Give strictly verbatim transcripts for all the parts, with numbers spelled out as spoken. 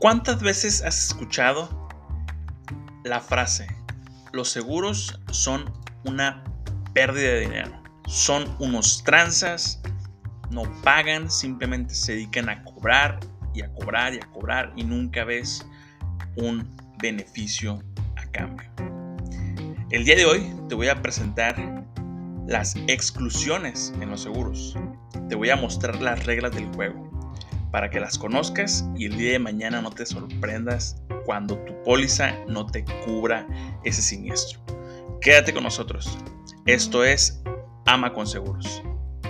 ¿Cuántas veces has escuchado la frase: los seguros son una pérdida de dinero, son unos tranzas, no pagan, simplemente se dedican a cobrar y a cobrar y a cobrar y nunca ves un beneficio a cambio? El día de hoy te voy a presentar las exclusiones en los seguros. Te voy a mostrar las reglas del juego para que las conozcas y el día de mañana no te sorprendas cuando tu póliza no te cubra ese siniestro. Quédate con nosotros. Esto es Ama con Seguros.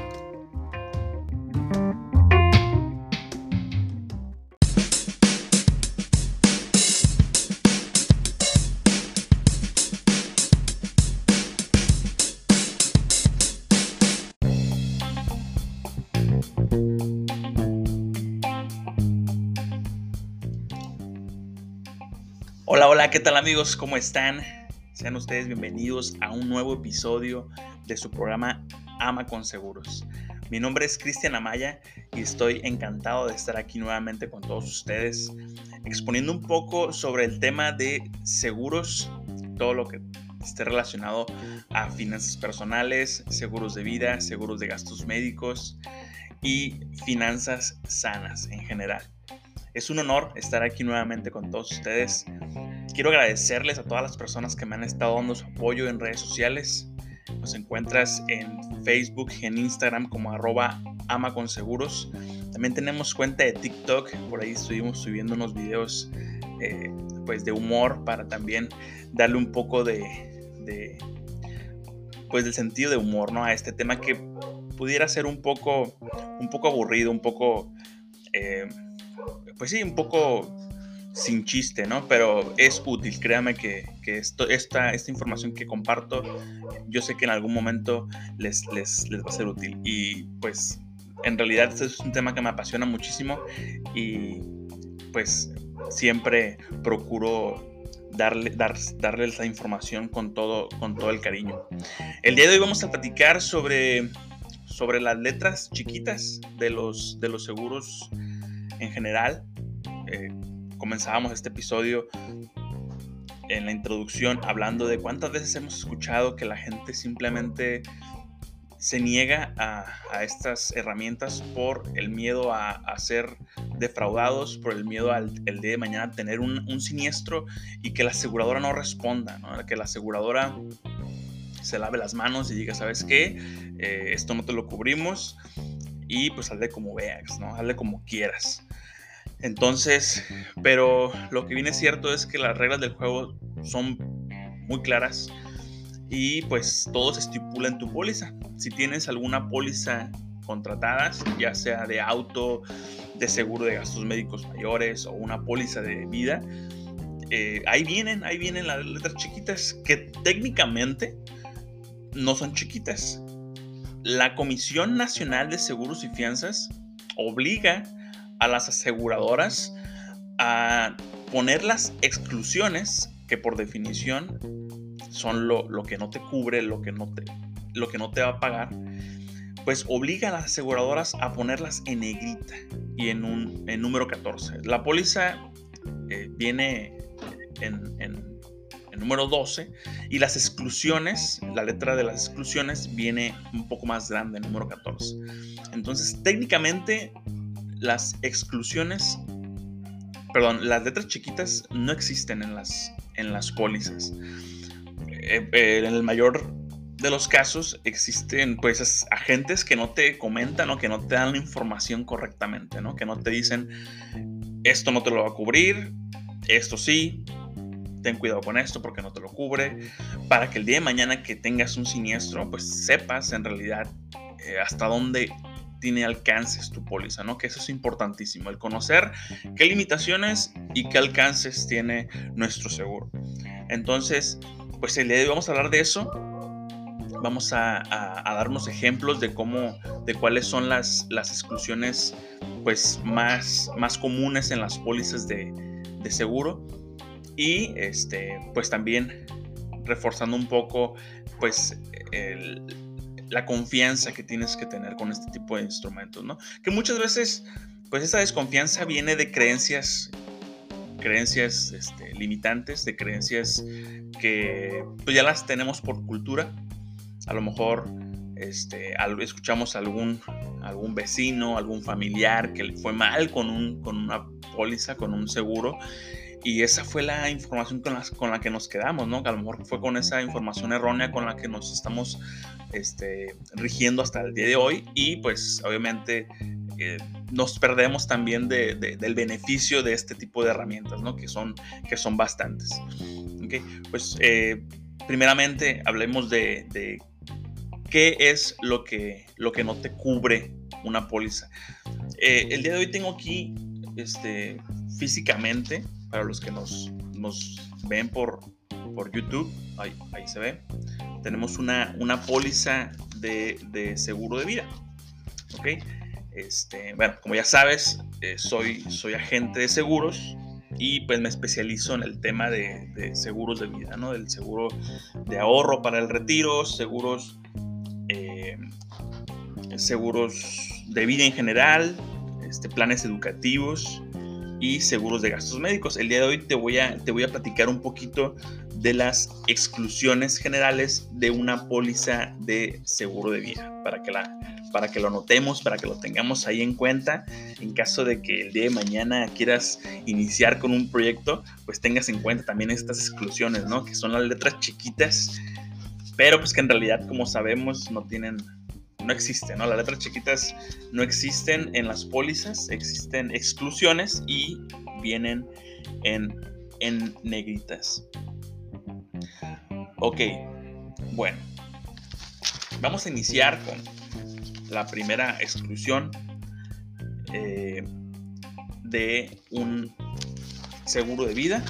Hola, hola, ¿qué tal amigos? ¿Cómo están? Sean ustedes bienvenidos a un nuevo episodio de su programa Ama con Seguros. Mi nombre es Cristian Amaya y estoy encantado de estar aquí nuevamente con todos ustedes, exponiendo un poco sobre el tema de seguros, todo lo que esté relacionado a finanzas personales, seguros de vida, seguros de gastos médicos y finanzas sanas en general. Es un honor estar aquí nuevamente con todos ustedes. Quiero agradecerles a todas las personas que me han estado dando su apoyo en redes sociales. Nos encuentras en Facebook y en Instagram como arroba amaconseguros. También tenemos cuenta de TikTok. Por ahí estuvimos subiendo unos videos eh, pues de humor para también darle un poco de, de pues del sentido de humor, ¿no? A este tema que pudiera ser un poco, un poco aburrido, un poco... Eh, pues sí, un poco sin chiste, ¿no? Pero es útil, créame que, que esto, esta, esta información que comparto, yo sé que en algún momento les, les, les va a ser útil. Y pues en realidad este es un tema que me apasiona muchísimo y pues siempre procuro darle, dar, darle esa información con todo, con todo el cariño. El día de hoy vamos a platicar sobre, sobre las letras chiquitas de los, de los seguros en general. Eh, comenzábamos este episodio en la introducción hablando de cuántas veces hemos escuchado que la gente simplemente se niega a, a estas herramientas por el miedo a, a ser defraudados, por el miedo al el día de mañana tener un, un siniestro y que la aseguradora no responda, ¿no? Que la aseguradora se lave las manos y diga, ¿sabes qué? Eh, esto no te lo cubrimos y pues hazle como veas, ¿no? Hazle como quieras. Entonces, pero lo que viene cierto es que las reglas del juego son muy claras y pues todo se estipula en tu póliza. Si tienes alguna póliza contratada, ya sea de auto, de seguro de gastos médicos mayores o una póliza de vida, eh, ahí vienen, ahí vienen las letras chiquitas que técnicamente no son chiquitas. La Comisión Nacional de Seguros y Fianzas obliga a las aseguradoras a poner las exclusiones que por definición son lo, lo que no te cubre, lo que no te, lo que no te va a pagar, pues obliga a las aseguradoras a ponerlas en negrita y en un en número catorce. La póliza eh, viene en, en, en número doce y las exclusiones, la letra de las exclusiones viene un poco más grande, en número catorce. Entonces técnicamente las exclusiones, perdón, las letras chiquitas no existen en las, en las pólizas. Eh, eh, en el mayor de los casos existen pues agentes que no te comentan o que no te dan la información correctamente, ¿no? Que no te dicen, esto no te lo va a cubrir, esto sí, ten cuidado con esto porque no te lo cubre, para que el día de mañana que tengas un siniestro, pues sepas en realidad eh, hasta dónde tiene alcances tu póliza, ¿no? Que eso es importantísimo, el conocer qué limitaciones y qué alcances tiene nuestro seguro. Entonces, pues el día de hoy vamos a hablar de eso. Vamos a, a, a darnos ejemplos de cómo, de cuáles son las, las exclusiones pues más, más comunes en las pólizas de, de seguro y este, pues también reforzando un poco pues el la confianza que tienes que tener con este tipo de instrumentos, ¿no? Que muchas veces, pues esa desconfianza viene de creencias creencias este, limitantes, de creencias que pues, ya las tenemos por cultura. A lo mejor este, escuchamos a algún, algún vecino, algún familiar que le fue mal con, un, con una póliza, con un seguro, y esa fue la información con la, con la que nos quedamos, ¿no? A lo mejor fue con esa información errónea con la que nos estamos este, rigiendo hasta el día de hoy, y pues obviamente eh, nos perdemos también de, de, del beneficio de este tipo de herramientas, ¿no? Que son, que son bastantes. ¿Okay? Pues eh, primeramente hablemos de, de qué es lo que, lo que no te cubre una póliza. Eh, el día de hoy tengo aquí este, físicamente, para los que nos, nos ven por, por YouTube, ahí, ahí se ve, tenemos una, una póliza de, de seguro de vida. ¿Ok? Este, bueno, como ya sabes, eh, soy, soy agente de seguros y pues me especializo en el tema de, de seguros de vida, ¿no? Del seguro de ahorro para el retiro, seguros, eh, seguros de vida en general, este, planes educativos y seguros de gastos médicos. El día de hoy te voy a, te voy a platicar un poquito de las exclusiones generales de una póliza de seguro de vida, para que, la, para que lo notemos, para que lo tengamos ahí en cuenta. En caso de que el día de mañana quieras iniciar con un proyecto, pues tengas en cuenta también estas exclusiones, ¿no? Que son las letras chiquitas, pero pues que en realidad, como sabemos, no tienen... no existen, ¿no? Las letras chiquitas no existen en las pólizas, existen exclusiones y vienen en, en negritas. Ok, bueno, vamos a iniciar con la primera exclusión eh, de un seguro de vida.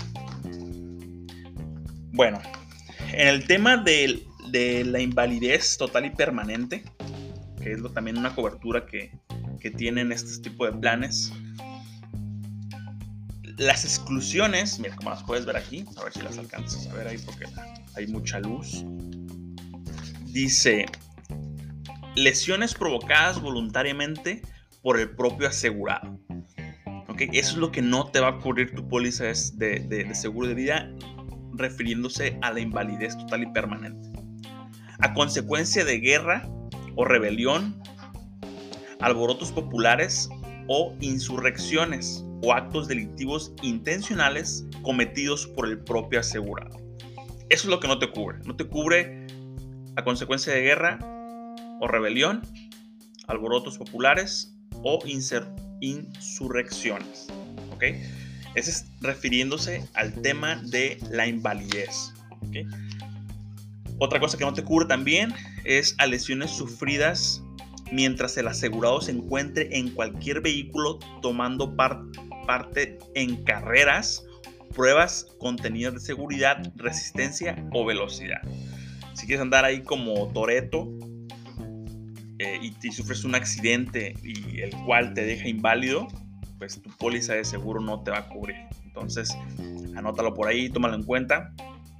Bueno, en el tema de, de la invalidez total y permanente, que es lo, también una cobertura que, que tienen este tipo de planes. Las exclusiones, mira, como las puedes ver aquí, a ver si las alcanzas a ver ahí porque hay mucha luz. Dice, lesiones provocadas voluntariamente por el propio asegurado. ¿Okay? Eso es lo que no te va a cubrir tu póliza de, de, de seguro de vida, refiriéndose a la invalidez total y permanente. A consecuencia de guerra o rebelión, alborotos populares o insurrecciones o actos delictivos intencionales cometidos por el propio asegurado. Eso es lo que no te cubre. No te cubre a consecuencia de guerra o rebelión, alborotos populares o insurrecciones. ¿Ok? Ese es refiriéndose al tema de la invalidez. ¿Ok? Otra cosa que no te cubre también es a lesiones sufridas mientras el asegurado se encuentre en cualquier vehículo tomando par- parte en carreras, pruebas contenidas de seguridad, resistencia o velocidad. Si quieres andar ahí como Toretto eh, y, y sufres un accidente y el cual te deja inválido, pues tu póliza de seguro no te va a cubrir. Entonces, anótalo por ahí, tómalo en cuenta.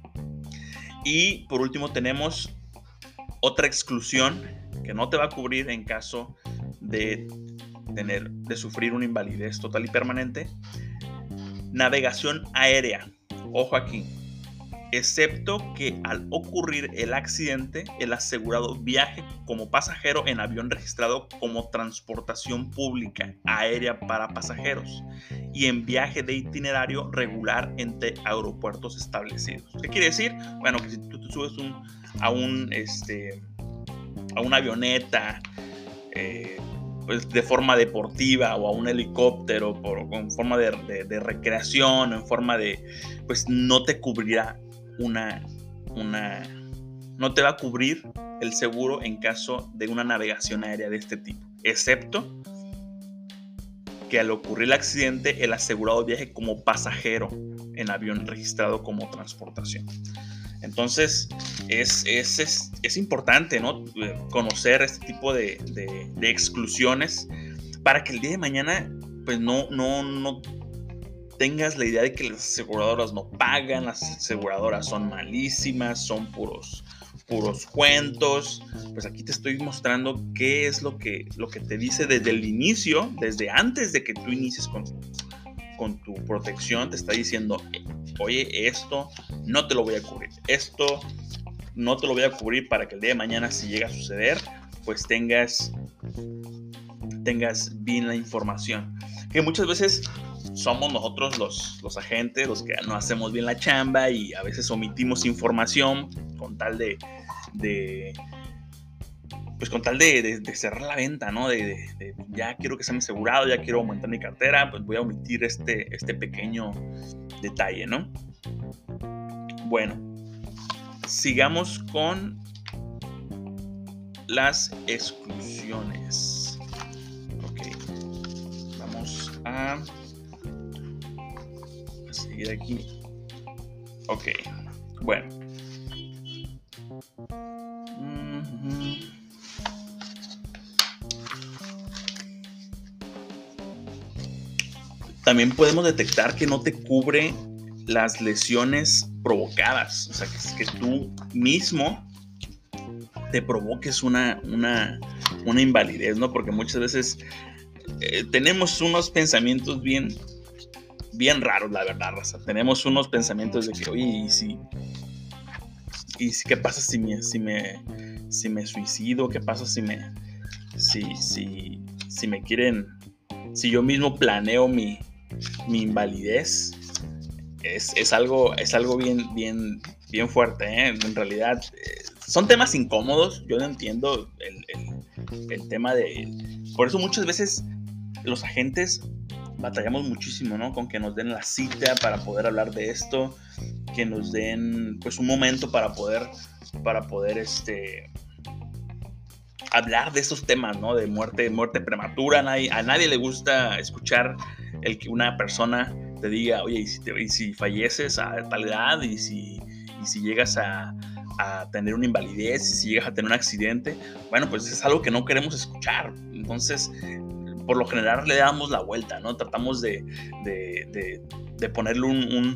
Y por último tenemos otra exclusión que no te va a cubrir en caso de tener, de sufrir una invalidez total y permanente. Navegación aérea. Ojo aquí. Excepto que al ocurrir el accidente, el asegurado viaje como pasajero en avión registrado como transportación pública aérea para pasajeros y en viaje de itinerario regular entre aeropuertos establecidos. ¿Qué quiere decir? Bueno, que si tú te subes un, a, un, este, a una avioneta eh, pues de forma deportiva o a un helicóptero por, en forma de, de, de recreación, en forma de, pues no te cubrirá una, una, no te va a cubrir el seguro en caso de una navegación aérea de este tipo, excepto que al ocurrir el accidente el asegurado viaje como pasajero en avión registrado como transportación. Entonces es, es, es, es importante, ¿no? Conocer este tipo de, de, de exclusiones para que el día de mañana pues no, no, no tengas la idea de que las aseguradoras no pagan, las aseguradoras son malísimas, son puros, puros cuentos. Pues aquí te estoy mostrando qué es lo que, lo que te dice desde el inicio, desde antes de que tú inicies con, con tu protección te está diciendo, oye, esto no te lo voy a cubrir, esto no te lo voy a cubrir para que el día de mañana, si llega a suceder, pues tengas, tengas bien la información. Que muchas veces somos nosotros los, los agentes, los que no hacemos bien la chamba y a veces omitimos información con tal de, de pues con tal de, de, de cerrar la venta, ¿no? De, de, de ya quiero que sea mi asegurado, ya quiero aumentar mi cartera, pues voy a omitir este, este pequeño detalle, ¿no? Bueno, sigamos con las exclusiones. Ok, vamos a, a seguir aquí. Ok, bueno. Mm-hmm. También podemos detectar que no te cubre las lesiones provocadas, o sea, que, que tú mismo te provoques una, una, una invalidez, ¿no? Porque muchas veces eh, tenemos unos pensamientos bien, bien raros, la verdad, raza. Tenemos unos pensamientos de que, oye, ¿y si, y si qué pasa si me, si me, si me suicido? ¿Qué pasa si me, si, si, si me quieren, si yo mismo planeo mi mi invalidez? Es, es algo, es algo bien, bien, bien fuerte, ¿eh? En realidad, eh, son temas incómodos. Yo no entiendo el, el, el tema de... Por eso muchas veces los agentes batallamos muchísimo, ¿no? Con que nos den la cita para poder hablar de esto, que nos den, pues, un momento para poder, para poder, este... hablar de esos temas, ¿no? De muerte, muerte prematura. A nadie, a nadie le gusta escuchar el que una persona te diga, oye, ¿y si, te, y si falleces a tal edad? ¿Y si, y si llegas a, a tener una invalidez? ¿Y si llegas a tener un accidente? Bueno, pues es algo que no queremos escuchar. Entonces, por lo general le damos la vuelta, ¿no? Tratamos de, de, de, de ponerle un, un,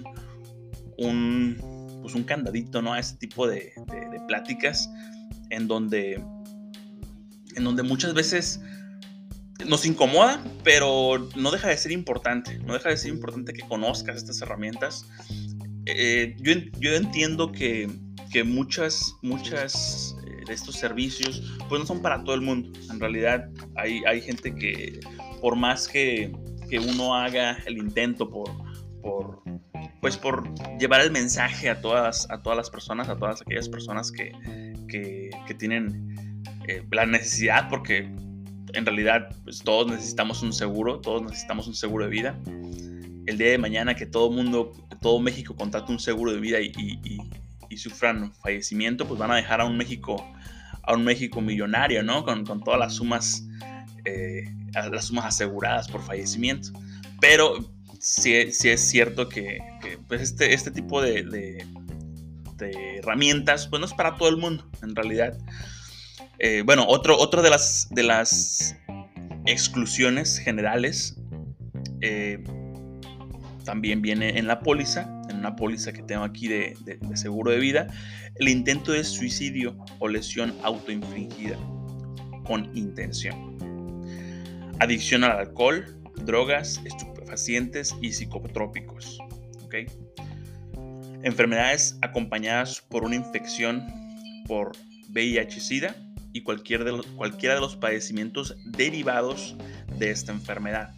un, pues un candadito, ¿no? A este tipo de, de, de pláticas en donde... en donde muchas veces nos incomoda, pero no deja de ser importante, no deja de ser importante que conozcas estas herramientas. Eh, yo, yo entiendo que, que muchas, muchas de estos servicios pues no son para todo el mundo. En realidad hay, hay gente que por más que, que uno haga el intento por, por, pues por llevar el mensaje a todas, a todas las personas, a todas aquellas personas que, que, que tienen Eh, la necesidad, porque en realidad pues, todos necesitamos un seguro, todos necesitamos un seguro de vida. El día de mañana que todo mundo, todo México contrate un seguro de vida y, y, y, y sufran fallecimiento, pues van a dejar a un México, a un México millonario, ¿no? Con, con todas las sumas, eh, las sumas aseguradas por fallecimiento. Pero sí, sí es cierto que, que pues este, este tipo de, de, de herramientas, pues no es para todo el mundo, en realidad. Eh, bueno, otro, otro de, las, de las exclusiones generales eh, también viene en la póliza, en una póliza que tengo aquí de, de, de seguro de vida, el intento de suicidio o lesión autoinfligida con intención, adicción al alcohol, drogas, estupefacientes y psicotrópicos, ¿okay? Enfermedades acompañadas por una infección por V I H-Sida y cualquier de los, cualquiera de los padecimientos derivados de esta enfermedad.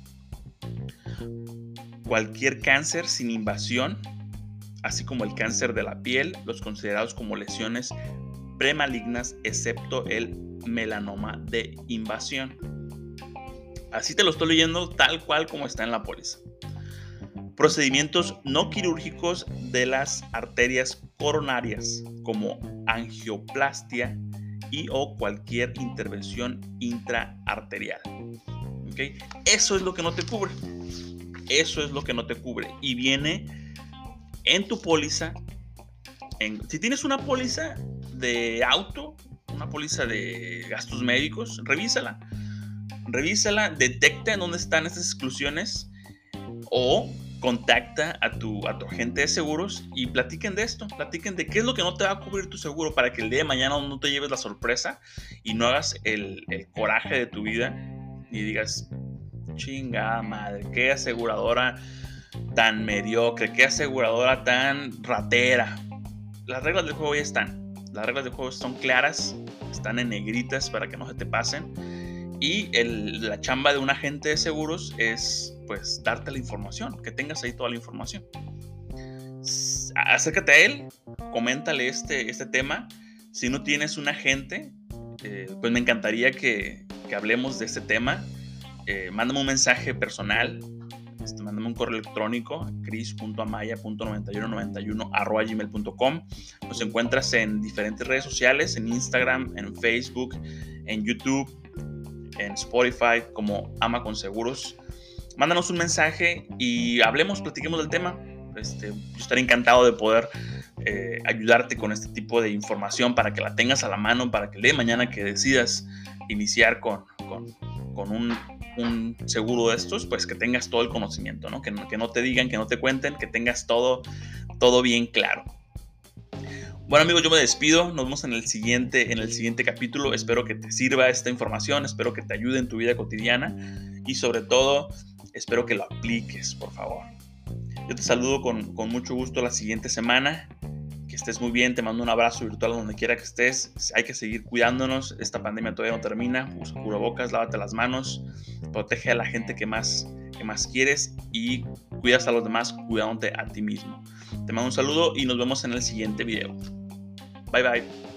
Cualquier cáncer sin invasión, así como el cáncer de la piel, los considerados como lesiones premalignas, excepto el melanoma de invasión. Así te lo estoy leyendo tal cual como está en la póliza. Procedimientos no quirúrgicos de las arterias coronarias, como angioplastia y o cualquier intervención intraarterial. ¿Okay? Eso es lo que no te cubre. Eso es lo que no te cubre. Y viene en tu póliza. En, si tienes una póliza de auto, una póliza de gastos médicos, revísala. Revísala, detecta en dónde están estas exclusiones o contacta a tu, a tu agente de seguros y platiquen de esto, platiquen de qué es lo que no te va a cubrir tu seguro para que el día de mañana no te lleves la sorpresa y no hagas el, el coraje de tu vida y digas, chingada madre, qué aseguradora tan mediocre, qué aseguradora tan ratera. Las reglas del juego ya están. Las reglas del juego son claras, están en negritas para que no se te pasen. Y el, la chamba de un agente de seguros es, pues, darte la información, que tengas ahí toda la información. Acércate a él, coméntale este, este tema. Si no tienes un agente, eh, pues me encantaría que, que hablemos de este tema. Eh, mándame un mensaje personal, este, mándame un correo electrónico a cris punto amaya punto noventa y uno noventa y uno arroba gmail punto com. Nos encuentras en diferentes redes sociales, en Instagram, en Facebook, en YouTube, en Spotify como Ama con Seguros. Mándanos un mensaje y hablemos, platiquemos del tema. Este, yo estaré encantado de poder eh, ayudarte con este tipo de información para que la tengas a la mano, para que el día de mañana que decidas iniciar con, con, con un, un seguro de estos, pues que tengas todo el conocimiento, ¿no? Que, que no te digan, que no te cuenten, que tengas todo, todo bien claro. Bueno, amigos, yo me despido. Nos vemos en el siguiente, en el siguiente capítulo. Espero que te sirva esta información, espero que te ayude en tu vida cotidiana y sobre todo, espero que lo apliques, por favor. Yo te saludo con, con mucho gusto la siguiente semana. Que estés muy bien, te mando un abrazo virtual donde quiera que estés. Hay que seguir cuidándonos, esta pandemia todavía no termina. Usa cubrebocas, lávate las manos, protege a la gente que más, que más quieres y cuidas a los demás cuidándote a ti mismo. Te mando un saludo y nos vemos en el siguiente video. Bye bye.